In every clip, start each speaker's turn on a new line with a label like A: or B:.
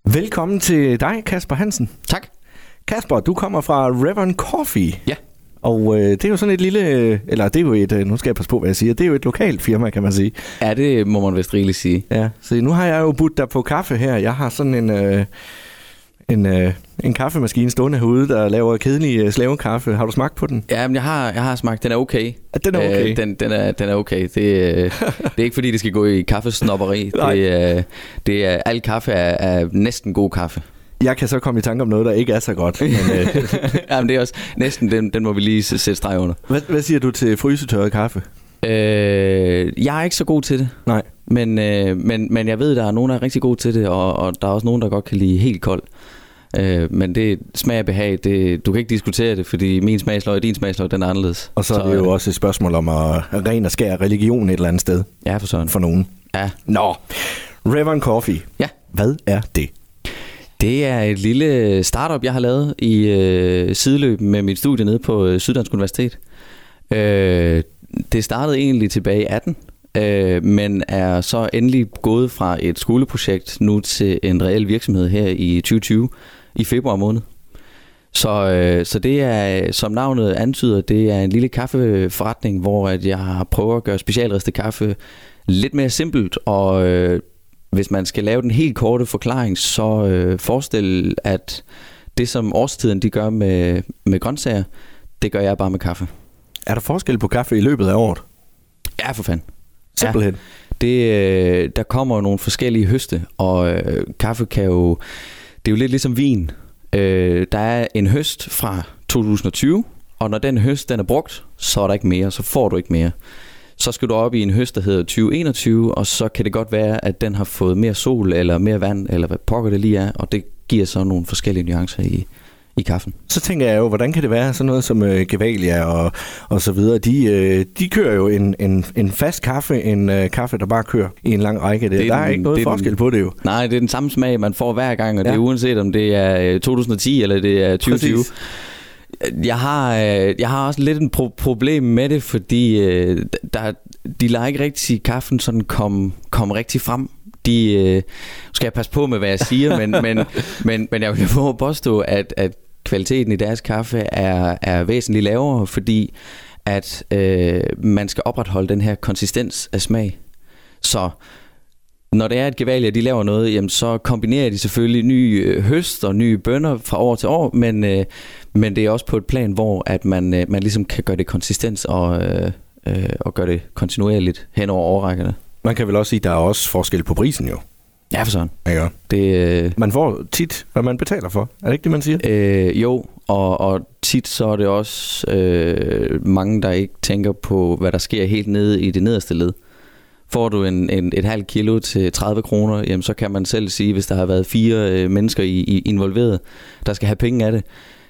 A: Velkommen til dig, Kasper Hansen.
B: Tak.
A: Kasper, du kommer fra Revon Coffee.
B: Ja.
A: Og det er jo sådan et lille, eller det er jo et, nu skal jeg passe på, hvad jeg siger, det er jo et lokalt firma, kan man sige.
B: Ja, det må man vist rigeligt sige.
A: Ja, så nu har jeg jo budt dig på kaffe her. Jeg har sådan en kaffemaskine stående herude, der laver kedelig slavekaffe. Har du smagt på den?
B: Ja, men jeg har smagt. Den er okay.
A: Den er okay?
B: Den er okay. Det er ikke fordi, det skal gå i kaffesnobberi. Det er al kaffe er næsten god kaffe.
A: Jeg kan så komme i tanke om noget, der ikke er så godt. Men,
B: Jamen, det er også næsten, den må vi lige sætte streg under.
A: Hvad siger du til frysetørret kaffe?
B: Jeg er ikke så god til det.
A: Nej.
B: Men jeg ved, der er nogen, der er rigtig god til det, og der er også nogen, der godt kan lide helt kold. Men det smag og behag, du kan ikke diskutere det, fordi min smagsløg og din smagsløg, den er anderledes.
A: Og så er det jo også et spørgsmål om at ren og skære religion et eller andet sted.
B: Ja, for sådan.
A: For nogen.
B: Ja.
A: Nå, Revon Coffee.
B: Ja.
A: Hvad er det?
B: Det er et lille startup, jeg har lavet i sideløb med mit studie nede på Syddansk Universitet. Det startede egentlig tilbage i 18, men er så endelig gået fra et skoleprojekt nu til en reel virksomhed her i 2020 i februar måned. Så det er, som navnet antyder, det er en lille kaffeforretning, hvor at jeg prøver at gøre specialristet kaffe lidt mere simpelt, og hvis man skal lave den helt korte forklaring, så forestil, at det som årstiden de gør med grøntsager, det gør jeg bare med kaffe.
A: Er der forskel på kaffe i løbet af året?
B: Ja, for fanden.
A: Simpelthen.
B: Ja. Der kommer jo nogle forskellige høste, og kaffe det er jo lidt ligesom vin. Der er en høst fra 2020, og når den høst den er brugt, så er der ikke mere, så får du ikke mere. Så skal du op i en høst, der hedder 2021, og så kan det godt være, at den har fået mere sol, eller mere vand, eller hvad pokker det lige er, og det giver så nogle forskellige nuancer i kaffen. Så
A: tænker jeg jo, hvordan kan det være, sådan noget som Gevalia og så videre, de kører jo en fast kaffe, en kaffe, der bare kører i en lang række. Der er ikke noget forskel på det jo.
B: Nej, det er den samme smag, man får hver gang, og det er uanset om det er 2010 eller det er 2020. Præcis. Jeg har også lidt en problem med det, fordi de lader ikke rigtig kaffen sådan komme rigtig frem. Skal jeg passe på med, hvad jeg siger, men jeg vil få påstå, at kvaliteten i deres kaffe er væsentligt lavere, fordi at man skal opretholde den her konsistens af smag. Så når det er et Gevalia, de laver noget, jamen så kombinerer de selvfølgelig nye høst og nye bønner fra år til år, men det er også på et plan, hvor at man ligesom kan gøre det konsistens og gøre det kontinuerligt hen over årrækkerne.
A: Man kan vel også sige, at der er også forskel på prisen jo.
B: Ja, for sådan.
A: Ja. Man får tit, hvad man betaler for. Er det ikke det, man siger?
B: Jo, og tit så er det også mange, der ikke tænker på, hvad der sker helt nede i det nederste led. Får du et halvt kilo til 30 kroner, jamen så kan man selv sige, hvis der har været 4 mennesker involveret, der skal have penge af det,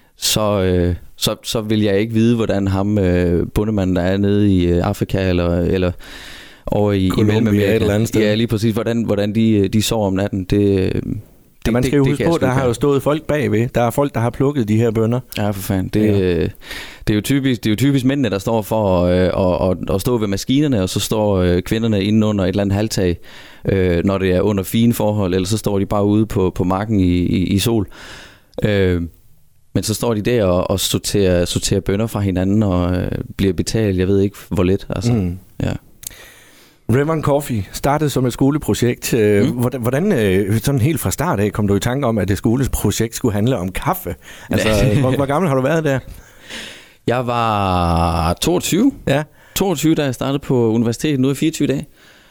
B: så vil jeg ikke vide, hvordan ham bondemanden, der er nede i Afrika eller over i Mellemamerika,
A: et eller andet sted.
B: Ja, lige præcis, hvordan de sover om natten.
A: Man skal jo huske på, der har jo stået folk bagved. Der er folk, der har plukket de her bønner.
B: Ja, for fanden. Det er jo typisk mændene, der står for at stå ved maskinerne, og så står kvinderne inde under et eller andet halvtag, når det er under fine forhold, eller så står de bare ude på marken i sol. Men så står de der og sorterer bønner fra hinanden og bliver betalt, jeg ved ikke hvor lidt. Altså. Ja.
A: Revon Coffee startede som et skoleprojekt. Hvordan sådan helt fra start af kom du i tanke om, at det skoleprojekt skulle handle om kaffe? Altså, hvor gammel har du været der?
B: Jeg var 22.
A: Ja.
B: 22, da jeg startede på universitetet. Nu er 24 dage.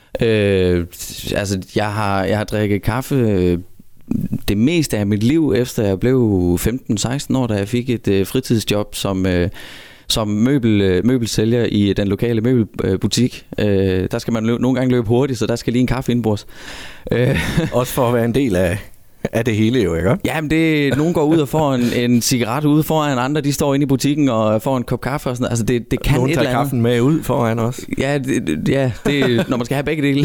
B: Jeg har drikket kaffe det meste af mit liv, efter jeg blev 15-16 år, da jeg fik et fritidsjob som møbelsælger i den lokale møbelbutik. Der skal man nogle gange løbe hurtigt, så der skal lige en kaffe indbords.
A: Også for at være en del af det hele jo, ikke?
B: Jamen, nogen går ud og får en cigaret ude foran, andre de står inde i butikken og får en kop kaffe og sådan. Altså det kan
A: nogen
B: et eller andet.
A: Nogen tager kaffen med ud foran også.
B: Ja, det når man skal have begge dele.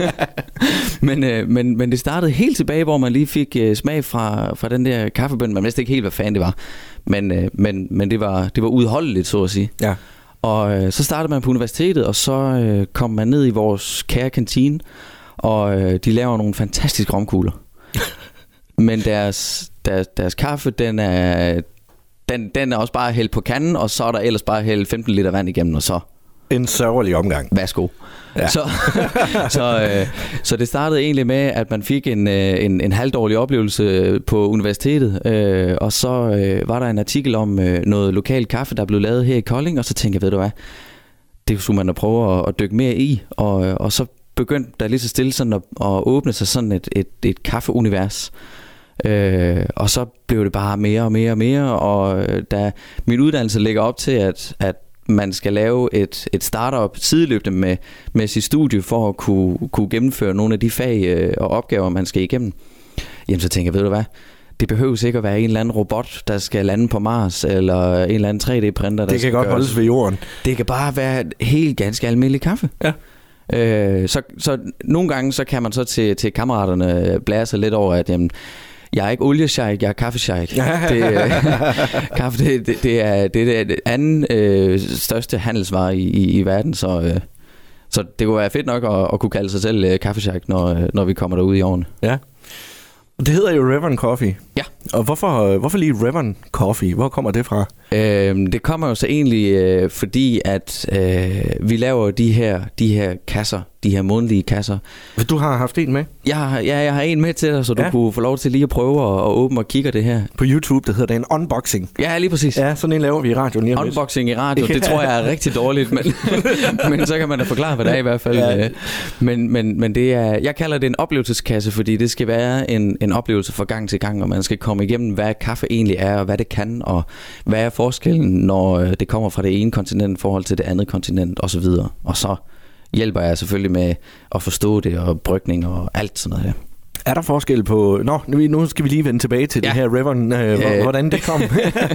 B: Men det startede helt tilbage, hvor man lige fik smag fra den der kaffebønne. Man vidste ikke helt, hvad fanden det var. Men det var udholdeligt, så at sige.
A: Ja.
B: Og så startede man på universitetet, og så kom man ned i vores kære kantine, og de laver nogle fantastiske romkugler. Men deres kaffe, den er også bare hældt på kanden, og så er der ellers bare hældt 15 liter vand igennem, og så...
A: En sørgelig omgang.
B: Værsgo. Ja. Så det startede egentlig med, at man fik en halvdårlig oplevelse på universitetet, og så var der en artikel om noget lokal kaffe, der blev lavet her i Kolding, og så tænkte jeg, ved du hvad, det skulle man da prøve at dykke mere i, og så begyndte der lige så stille sådan at åbne sig sådan et kaffeunivers. Og så blev det bare mere og mere og mere, og da min uddannelse lægger op til, at man skal lave et startup sideløbende med sit studie for at kunne gennemføre nogle af de fag og opgaver, man skal igennem, jamen så tænker jeg, ved du hvad, det behøves ikke at være en eller anden robot, der skal lande på Mars, eller en eller anden 3D-printer, der
A: det kan godt holdes ved jorden.
B: Det kan bare være helt ganske almindelig kaffe.
A: Ja.
B: Så nogle gange så kan man så til kammeraterne blære sig lidt over, at jamen, jeg er ikke oliesheik, jeg er kaffesheik. Kaffe, det er det anden største handelsvare i verden, så det kunne være fedt nok at kunne kalde sig selv kaffesheik, når vi kommer derud i årene.
A: Ja. Det hedder jo Revon Coffee.
B: Ja.
A: Og hvorfor lige Revon Coffee? Hvor kommer det fra?
B: Det kommer jo så egentlig fordi at vi laver de her kasser, de her månedlige kasser.
A: Du har haft en med?
B: Jeg har en med til dig, så du kunne få lov til lige at prøve at åbne og kigge det her.
A: På YouTube, der hedder det en unboxing.
B: Ja, lige præcis.
A: Ja, sådan en laver vi i radioen lige om lidt.
B: Unboxing i radio, det tror jeg er rigtig dårligt, men så kan man da forklare, hvad det er i hvert fald. Ja. Men det er, jeg kalder det en oplevelseskasse, fordi det skal være en oplevelse fra gang til gang, og man skal komme igennem, hvad kaffe egentlig er, og hvad det kan, og hvad er forskellen, når det kommer fra det ene kontinent i forhold til det andet kontinent, og så videre. Og så hjælper jeg selvfølgelig med at forstå det, og brygning og alt sådan noget her.
A: Er der forskel på... nu skal vi lige vende tilbage til det her Revon, hvordan det kom.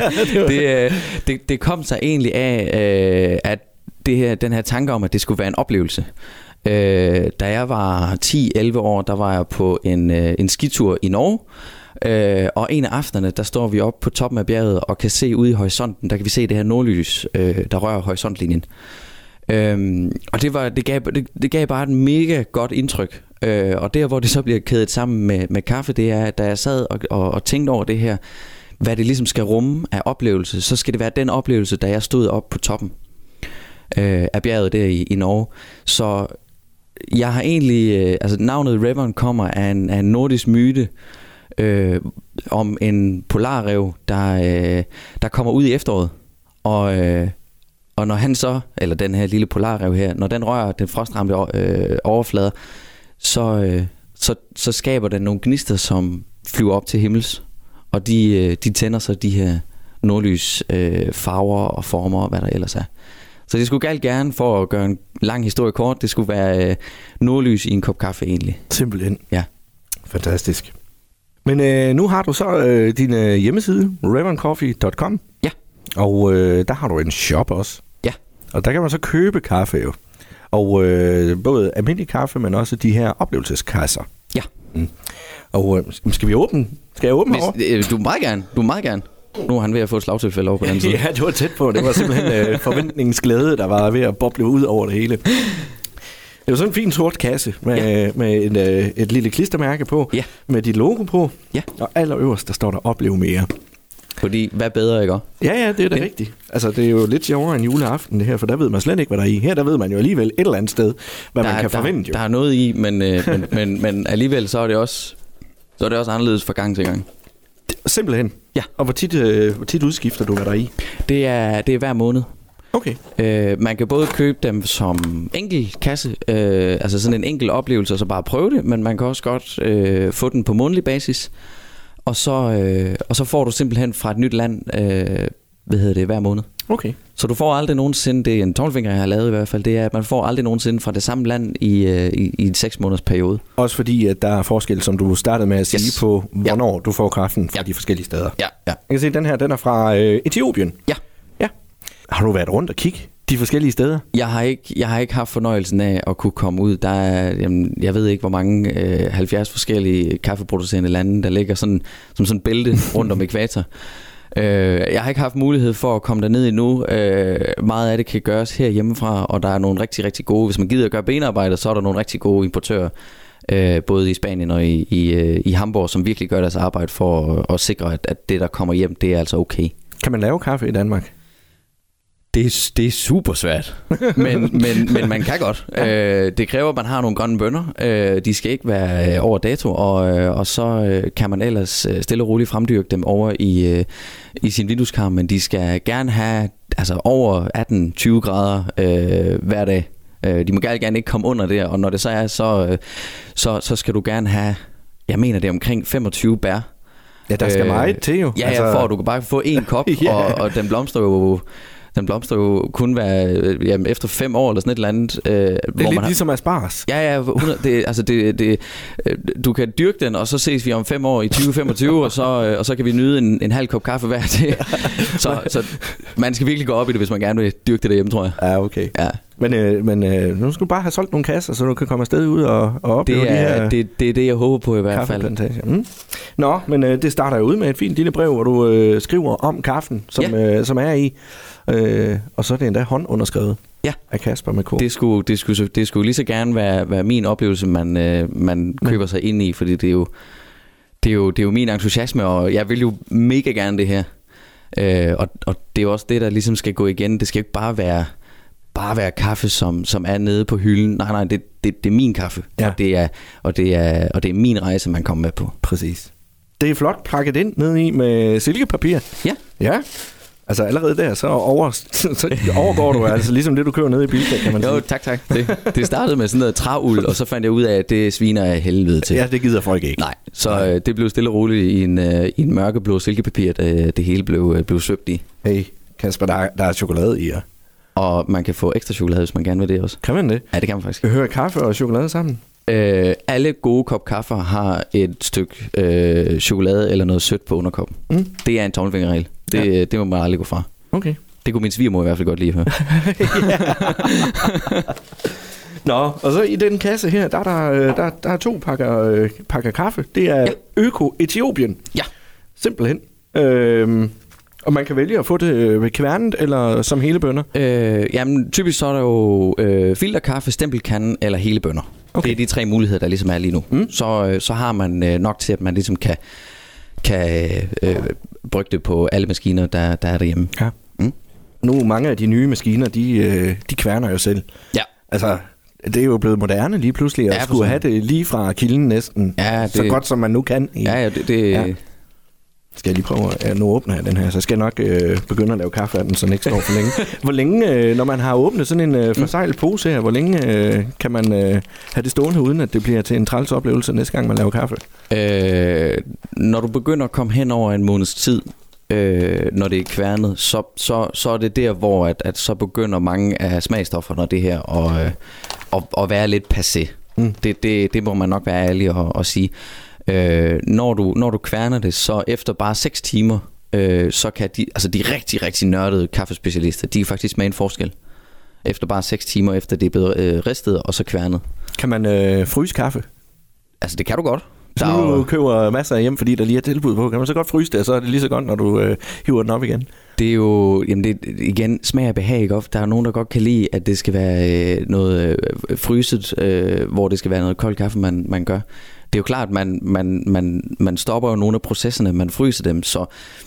B: det kom sig egentlig af, at den her tanke om, at det skulle være en oplevelse. Da jeg var 10-11 år, der var jeg på en skitur i Norge, og en af aftenerne, der står vi oppe på toppen af bjerget og kan se ude i horisonten, der kan vi se det her nordlys, der rører horisontlinjen. Og det gav bare et mega godt indtryk. Og der hvor det så bliver kædet sammen med kaffe, det er, da jeg sad og tænkte over det her, hvad det ligesom skal rumme af oplevelse, så skal det være den oplevelse, da jeg stod oppe på toppen af bjerget der i Norge. Så jeg har egentlig, navnet Revon kommer af en nordisk myte om en polarræv, der kommer ud i efteråret, og når han så, eller den her lille polarræv her, når den rører den frostramte overflade, så skaber den nogle gnister, som flyver op til himmels, og de tænder så de her nordlys farver og former og hvad der ellers er. Så det skulle galt gerne, for at gøre en lang historie kort, det skulle være nordlys i en kop kaffe egentlig.
A: Simpelthen.
B: Ja.
A: Fantastisk. Men nu har du så din hjemmeside, revoncoffee.com.
B: Ja. Og
A: der har du en shop også.
B: Ja.
A: Og der kan man så købe kaffe jo. Og både almindelig kaffe, men også de her oplevelseskasser.
B: Ja.
A: Og skal vi åbne? Skal jeg åbne over?
B: Du må meget gerne. Nu er han ved at få et slagtilfælde over på den side.
A: Ja, det var tæt på. Det var simpelthen forventningens glæde, der var ved at boble ud over det hele. Det var sådan en fin sort kasse med et lille klistermærke på, med dit logo på, og allerøverst, der står der oplev mere.
B: Fordi, hvad bedre, ikke?
A: Ja, det er da rigtigt. Altså, det er jo lidt sjovere end juleaften det her, for der ved man slet ikke, hvad der er i. Her, der ved man jo alligevel et eller andet sted, hvad man kan forvente. Jo.
B: Der er noget i, men alligevel så er det også anderledes fra gang til gang.
A: Simpelthen?
B: Ja.
A: Og hvor tit udskifter du, hvad der er i?
B: Det er hver måned.
A: Okay.
B: Man kan både købe dem som enkelt kasse, altså sådan en enkelt oplevelse, og så bare prøve det, men man kan også godt få den på månedlig basis. Og så får du simpelthen fra et nyt land, hver måned.
A: Okay.
B: Så du får aldrig nogensinde, det er en 12-finger, jeg har lavet i hvert fald, det er, at man får aldrig nogensinde fra det samme land i en 6 måneders periode.
A: Også fordi, at der er forskel, som du startede med at sige, på hvornår du får kaffen fra de forskellige steder.
B: Ja.
A: Jeg kan se, at den her, den er fra Etiopien.
B: Ja.
A: Har du været rundt og kigge de forskellige steder? Jeg
B: har ikke haft fornøjelsen af at kunne komme ud. Der er, jeg ved ikke, hvor mange 70 forskellige kaffeproducerende lande, der ligger sådan, som sådan en bælte rundt om ækvator. Jeg har ikke haft mulighed for at komme derned endnu. Meget af det kan gøres her hjemmefra, og der er nogle rigtig, rigtig gode, hvis man gider at gøre benarbejde, så er der nogle rigtig gode importører både i Spanien og i Hamburg, som virkelig gør deres arbejde for at sikre, at det, der kommer hjem, det er altså okay.
A: Kan man lave kaffe i Danmark?
B: Det er super svært, men man kan godt. Ja. Det kræver, at man har nogle grønne bønner. De skal ikke være over dato, og så kan man ellers stille og roligt fremdyrke dem over i sin vindueskarm, men de skal gerne have over 18-20 grader hver dag. De må gerne ikke komme under det, og når det så er, så skal du gerne have, jeg mener det er omkring 25 bær.
A: Ja, der skal meget til jo.
B: Ja, for at du kan bare få en kop, og den blomstrer jo kun efter 5 år eller sådan et eller andet.
A: Det er lidt ligesom asparges.
B: Ja, du kan dyrke den, og så ses vi om 5 år i 2025, og så kan vi nyde en halv kop kaffe hver til. Så man skal virkelig gå op i det, hvis man gerne vil dyrke det derhjemme, tror jeg.
A: Ja, okay. Ja. Men nu skal du bare have solgt nogle kasser, så du kan komme afsted ud og opleve de her
B: det er det, jeg håber på i hvert fald.
A: Nå, men det starter jo ud med et fint lille brev, hvor du skriver om kaffen, som er i. Og så er det endda håndunderskrevet af Kasper med K.
B: Det skulle lige så gerne være min oplevelse, man køber sig ind i, fordi det er jo min entusiasme, og jeg vil jo mega gerne det her. Og det er også det, der ligesom skal gå igen. Det skal ikke bare være kaffe, som er nede på hylden. Nej, det er min kaffe. Ja. Og det er min rejse, man kommer med på.
A: Præcis. Det er flot pakket ind ned i med silkepapir. Ja. Altså allerede der, så overgår du altså ligesom det, du køber nede i Bilka, kan man sige.
B: Jo, tak. Det startede med sådan noget træuld, og så fandt jeg ud af, at det sviner af helvede til.
A: Ja, det gider folk ikke.
B: Nej, så det blev stille og roligt i en mørkeblå silkepapir, det hele blev svøbt i.
A: Hey, Kasper, der er chokolade i jer.
B: Og man kan få ekstra chokolade, hvis man gerne vil det også.
A: Kan man det?
B: Ja, det kan man faktisk.
A: Hører kaffe og chokolade sammen?
B: Alle gode kop kaffe har et stykke chokolade eller noget sødt på underkoppen. Det er en tommelfingerregel. Det må man aldrig gå fra.
A: Okay.
B: Det kunne min svigermor i hvert fald godt lide at høre.
A: Nå, og så i den kasse her, der er 2 pakker kaffe. Det er Øko Etiopien.
B: Ja.
A: Simpelthen. Og man kan vælge at få det ved kværnet eller som hele bønner?
B: Jamen, typisk så er der jo filterkaffe, stempelkande eller hele bønner. Okay. Det er de 3 muligheder, der ligesom er lige nu. Så har man nok til, at man ligesom kan brygge det på alle maskiner, der er derhjemme. Ja.
A: Nu mange af de nye maskiner, de kværner jo selv. Ja. Altså, det er jo blevet moderne lige pludselig at skulle have det lige fra kilden næsten. Ja, så godt som man nu kan. Ja. Skal jeg lige prøve at nu åbne den her, så skal jeg nok begynde at lave kaffe af den, så den ikke står for længe. Hvor længe, når man har åbnet sådan en forseglet pose her, hvor længe kan man have det stående, uden at det bliver til en træls oplevelse næste gang, man laver kaffe?
B: Når du begynder at komme hen over en måneds tid, når det er kværnet, så er det der, hvor at så begynder mange af smagstofferne det her at være lidt passé. Det må man nok være ærlig at sige. Når du kværner det, så efter bare 6 timer, så kan de rigtig, rigtig nørdede kaffespecialister, de kan faktisk smage en forskel. Efter bare 6 timer, efter det er blevet ristet og så kværnet.
A: Kan man fryse kaffe?
B: Altså, det kan du godt.
A: Så du køber masser af hjem, fordi der lige er tilbud på. Kan man så godt fryse det, og så er det lige så godt, når du hiver den op igen?
B: Det er jo, igen, smag og behag, ikke? Der er nogen, der godt kan lide, at det skal være noget fryset, hvor det skal være noget kold kaffe, man gør. Det er jo klart, at man stopper jo nogle af processerne, man fryser dem, så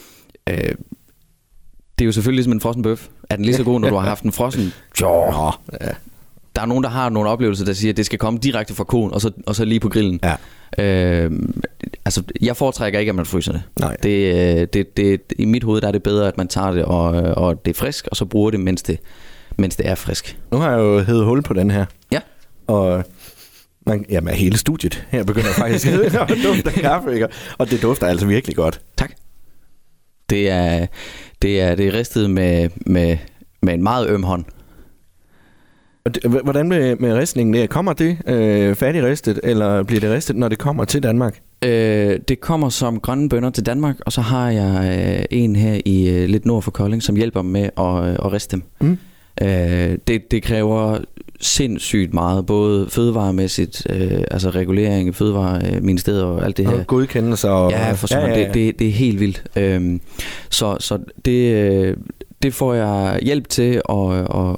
B: det er jo selvfølgelig ligesom en frossen bøf. Er den lige så god, når du har haft en frossen? Ja. Der er nogen, der har nogle oplevelser, der siger, at det skal komme direkte fra koen, og så lige på grillen. Ja. Altså, jeg foretrækker ikke, at man fryser det. Nej. Det i mit hoved der er det bedre, at man tager det, og det er frisk, og så bruger det, mens det er frisk.
A: Nu har jeg jo hævet hul på den her. Ja. Og med hele studiet her begynder faktisk at dufte af kaffe, ikke? Og det dufter altså virkelig godt.
B: Tak. Det er ristet med en meget øm hånd.
A: Hvordan med ristningen der? Kommer det færdigristet, eller bliver det ristet, når det kommer til Danmark?
B: Det kommer som grønne bønner til Danmark, og så har jeg en her i lidt nord for Kolding, som hjælper med at riste dem. Det kræver sindssygt meget, både fødevaremæssigt, altså regulering i Fødevareministeriet og alt det her.
A: Og godkendelser.
B: Det er helt vildt. Så det får jeg hjælp til at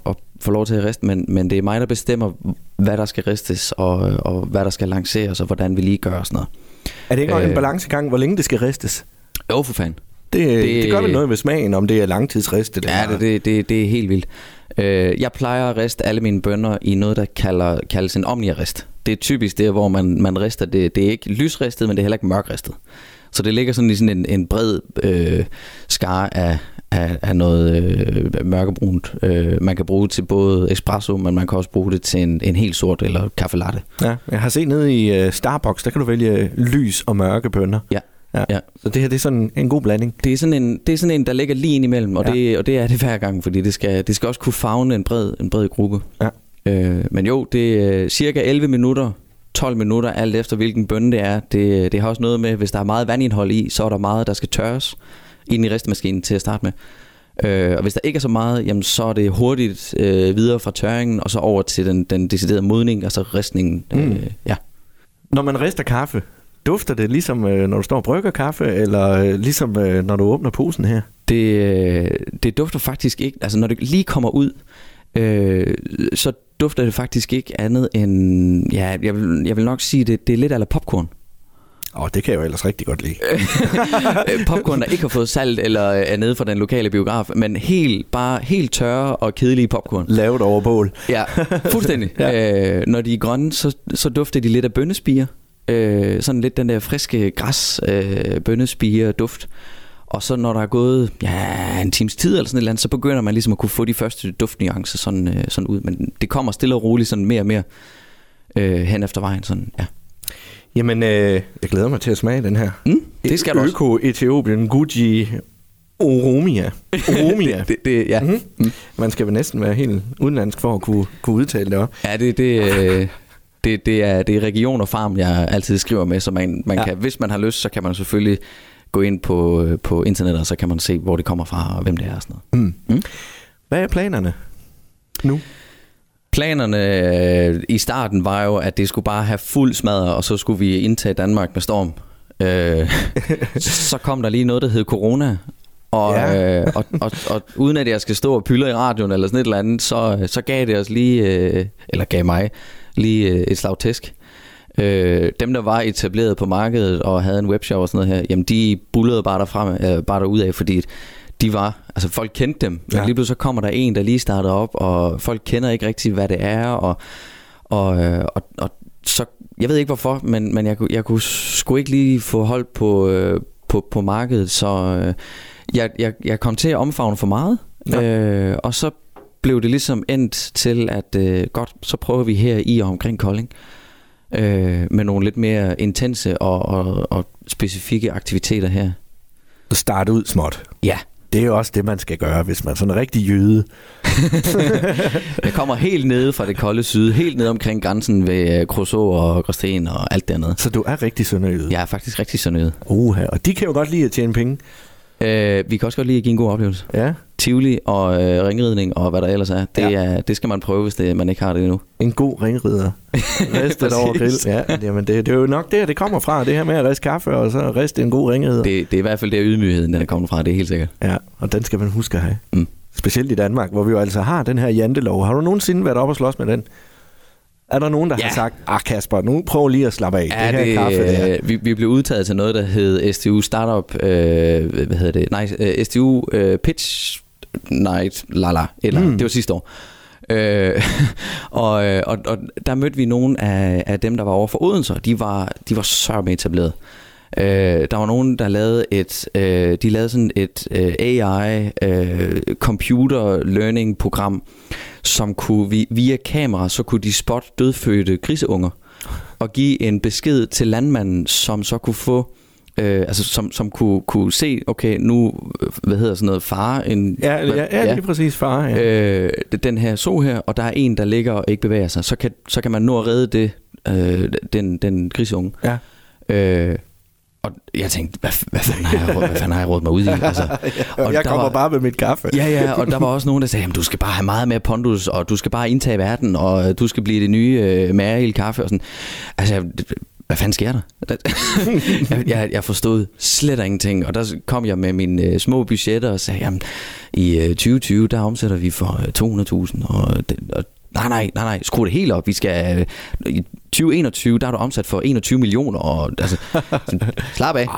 B: får lov til at riste, men det er mig, der bestemmer, hvad der skal ristes, og hvad der skal lanceres, og hvordan vi lige gør sådan noget.
A: Er det ikke en balancegang, hvor længe det skal ristes?
B: Jo, for fanden.
A: Det gør vel noget med smagen, om det er langtidsristet?
B: Ja, det er helt vildt. Jeg plejer at riste alle mine bønner i noget, der kaldes en omnia-rist. Det er typisk det, hvor man rister det. Det er ikke lysristet, men det er heller ikke mørkristet. Så det ligger sådan i sådan en bred skare af noget mørkebrunt. Man kan bruge det til både espresso, men man kan også bruge det til en helt sort eller kaffe latte. Ja,
A: jeg har set nede i Starbucks, der kan du vælge lys og mørke bønner. Ja. Så det her, det er sådan en god blanding.
B: Det er sådan en der ligger lige ind imellem, og det er det hver gang, fordi det skal også kunne favne en bred gruppe. Ja. Men jo, det er cirka 11 minutter, 12 minutter, alt efter hvilken bønne det er. Det har også noget med, hvis der er meget vandindhold i, så er der meget, der skal tørres ind i ristemaskinen til at starte med. Og hvis der ikke er så meget, jamen, så er det hurtigt videre fra tørringen, og så over til den deciderede modning, altså ristningen. Ja.
A: Når man rister kaffe, dufter det ligesom, når du står og brygger kaffe, eller ligesom, når du åbner posen her?
B: Det dufter faktisk ikke. Altså, når det lige kommer ud, så dufter det faktisk ikke andet end... Ja, jeg vil nok sige, det er lidt eller popcorn.
A: Det kan jeg jo ellers rigtig godt lide.
B: Popcorn, der ikke har fået salt eller er nede fra den lokale biograf, men helt tørre og kedelige popcorn.
A: Lavet over bål.
B: Ja, fuldstændig. Når de er grønne, så dufter de lidt af bønnespiger. Sådan lidt den der friske græs bønnespiger duft. Og så når der er gået en times tid eller sådan et eller andet, så begynder man ligesom at kunne få de første duftnuancer sådan ud. Men det kommer stille og roligt sådan mere og mere hen efter vejen. Sådan, ja.
A: Jamen, jeg glæder mig til at smage den her.
B: Det skal du også.
A: Øko-Etiopien Guji Oromia.
B: Ja.
A: Mm-hmm. Man skal vel næsten være helt udenlandsk for at kunne udtale det også.
B: Ja, det er region og farm, jeg altid skriver med, så man kan, hvis man har lyst, så kan man selvfølgelig gå ind på internettet, og så kan man se, hvor det kommer fra, og hvem det er og sådan noget.
A: Hvad er planerne nu?
B: Planerne i starten var jo, at det skulle bare have fuld smadre, og så skulle vi indtage Danmark med storm. Så kom der lige noget, der hed corona, og uden at jeg skal stå og pylder i radioen eller sådan et eller andet, så gav det os lige, eller gav mig lige et slag tæsk. Dem der var etableret på markedet og havde en webshop og sådan noget her, jamen de bullede bare derudad, fordi de var, altså folk kendte dem, men lige pludselig så kommer der en, der lige starter op, og folk kender ikke rigtig, hvad det er, og så, jeg ved ikke hvorfor, men jeg kunne sgu ikke lige få hold på markedet, så jeg kom til at omfavne for meget, og så blev det ligesom endt til, at godt, så prøver vi her i og omkring Kolding, med nogle lidt mere intense og specifikke aktiviteter her.
A: Starte ud småt.
B: Ja.
A: Det er jo også det, man skal gøre, hvis man er sådan en rigtig jyde.
B: Jeg kommer helt nede fra det kolde syd, helt nede omkring grænsen ved Kruså og Gråsten og alt dernede.
A: Så du er rigtig sønderjyde?
B: Jeg er faktisk rigtig sønderjyde.
A: Og de kan jo godt lide at tjene penge.
B: Vi kan også godt lide at give en god oplevelse.
A: Ja.
B: Tivoli og ringridning og hvad der ellers er. Det skal man prøve, hvis man ikke har det endnu.
A: En god ringrider. Ristet over grill. Ja, jamen det er jo nok der, det kommer fra. Det her med at riste kaffe og så riste en god ringrider.
B: Det er i hvert fald der ydmygheden, den er kommet fra. Det er helt sikkert.
A: Ja, og den skal man huske at have. Specielt i Danmark, hvor vi jo altså har den her jantelov. Har du nogensinde været oppe og slås med den? Er der nogen, der har sagt, Kasper, nu prøv lige at slappe af.
B: Ja, det her kaffe der. Vi blev udtaget til noget, der hed STU Startup, STU Pitch Night, det var sidste år. Og der mødte vi nogle af dem, der var over for Odense, og de var sørme etableret. Der var nogen, der lavede sådan et AI computer learning program, som kunne via kamera, så kunne de spotte dødfødte griseunger og give en besked til landmanden, som så kunne få som kunne se, okay, nu sådan noget fare
A: lige præcis fare.
B: Den her så her, og der er en, der ligger og ikke bevæger sig, så kan man nå at redde den grisunge. Ja. Og jeg tænkte, hvad fanden har jeg rådet mig ud i? Altså,
A: og jeg kommer bare med mit kaffe.
B: Ja, og der var også nogen, der sagde, jamen, du skal bare have meget mere pondus, og du skal bare indtage verden, og du skal blive det nye Mariel kaffe og sådan. Altså, hvad fanden sker der? jeg forstod slet ingenting, og der kom jeg med mine små budgetter og sagde, jamen, i 2020, der omsætter vi for 200.000, og nej, skru det helt op. Vi skal i 2021, der er du omsat for 21 millioner, og altså, slap af.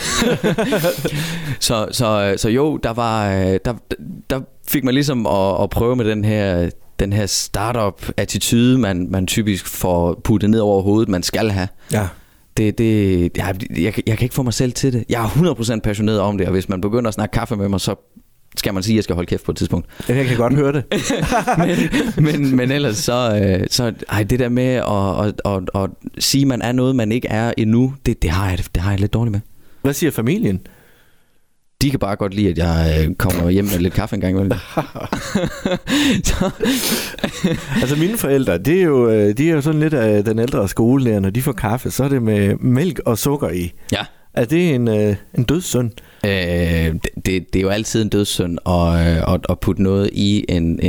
B: så jo, der fik man ligesom at prøve med den her startup-attitude, man typisk får puttet ned over hovedet, man skal have. Ja. Jeg kan ikke få mig selv til det. Jeg er 100% passioneret om det, og hvis man begynder at snakke kaffe med mig, så skal man sige, at jeg skal holde kæft på et tidspunkt.
A: Jeg kan godt høre det.
B: men ellers så det der med at sige, at man er noget, man ikke er endnu, det har jeg lidt dårligt med.
A: Hvad siger familien?
B: De kan bare godt lide, at jeg kommer hjem med lidt kaffe en gang.
A: Altså mine forældre, de er jo sådan lidt af den ældre skole der, når de får kaffe, så er det med mælk og sukker i. Ja. Er det en dødssynd?
B: Det er jo altid en dødssynd at putte noget i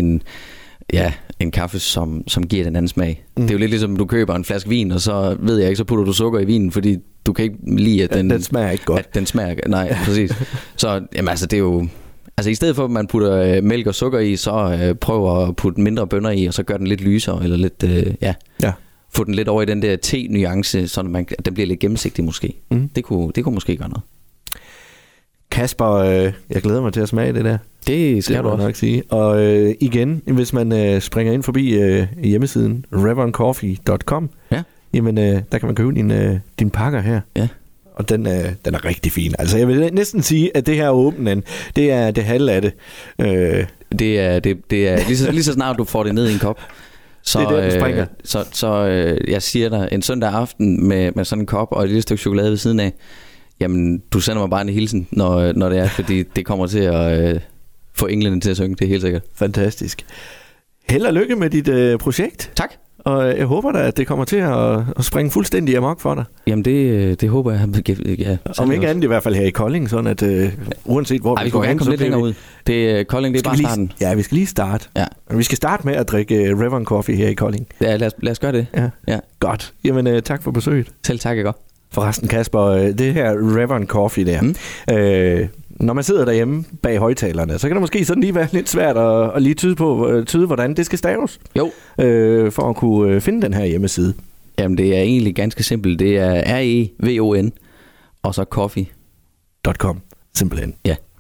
B: en kaffe, som giver den anden smag. Det er jo lidt ligesom, du køber en flaske vin, og så ved jeg ikke, så putter du sukker i vinen, fordi du kan ikke lide, at
A: den smager ikke godt.
B: At den smager, nej, præcis. Så jamen, altså, det er jo... Altså i stedet for, at man putter mælk og sukker i, så prøv at putte mindre bønner i, og så gør den lidt lysere, eller lidt, få den lidt over i den der te-nuance, så den bliver lidt gennemsigtig måske. Det kunne måske gøre noget.
A: Kasper, jeg glæder mig til at smage det der.
B: Det skal du også
A: nok sige. Og igen, hvis man springer ind forbi hjemmesiden revoncoffee.com, jamen der kan man købe din pakker her. Ja. Og den er rigtig fin. Altså jeg vil næsten sige, at det her åbnen, det er det halve af det.
B: Det er lige så snart du får det ned i en kop. Så,
A: det er der, du springer.
B: Så jeg siger dig, en søndag aften med sådan en kop og et lille stykke chokolade ved siden af, jamen du sender mig bare en hilsen, når det er, fordi det kommer til at få englene til at synge, det er helt sikkert.
A: Fantastisk. Held og lykke med dit projekt.
B: Tak.
A: Og jeg håber da, at det kommer til at springe fuldstændig amok for dig.
B: Jamen det håber jeg. Ja,
A: om ikke andet i hvert fald her i Kolding, sådan at uanset hvor
B: vi går hen, så lidt længere ud. Kolding, det er bare starten.
A: Ja, vi skal lige starte. Ja. Vi skal starte med at drikke Revon Coffee her i Kolding.
B: Ja, lad os gøre det.
A: Ja. Godt. Jamen tak for besøget.
B: Selv tak, jeg godt.
A: Forresten Kasper, det her Revon Coffee der, når man sidder derhjemme bag højtalerne, så kan det måske sådan lige være lidt svært at lige tyde, hvordan det skal staves. Jo. For at kunne finde den her hjemmeside.
B: Jamen det er egentlig ganske simpelt. Det er REVON og så coffee.com.
A: Simpelthen.
B: Ja.